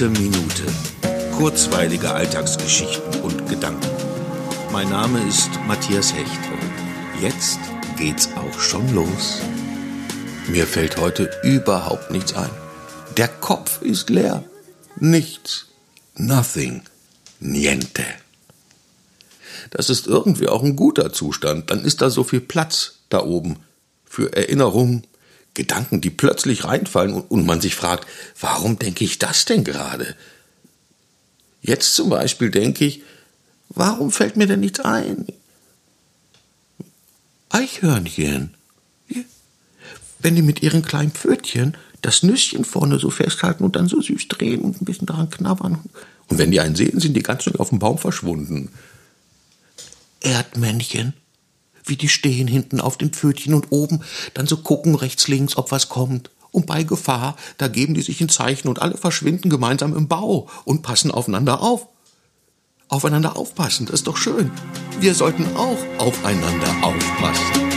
Gute Minute. Kurzweilige Alltagsgeschichten und Gedanken. Mein Name ist Matthias Hecht und jetzt geht's auch schon los. Mir fällt heute überhaupt nichts ein. Der Kopf ist leer. Nichts. Nothing. Niente. Das ist irgendwie auch ein guter Zustand. Dann ist da so viel Platz da oben für Erinnerungen, Gedanken, die plötzlich reinfallen und man sich fragt, warum denke ich das denn gerade? Jetzt zum Beispiel denke ich, warum fällt mir denn nichts ein? Eichhörnchen. Wenn die mit ihren kleinen Pfötchen das Nüsschen vorne so festhalten und dann so süß drehen und ein bisschen daran knabbern. Und wenn die einen sehen, sind die ganz schnell auf dem Baum verschwunden. Erdmännchen, wie die stehen hinten auf den Pfötchen und oben dann so gucken rechts, links, ob was kommt. Und bei Gefahr, da geben die sich ein Zeichen und alle verschwinden gemeinsam im Bau und passen aufeinander auf. Aufeinander aufpassen, das ist doch schön. Wir sollten auch aufeinander aufpassen.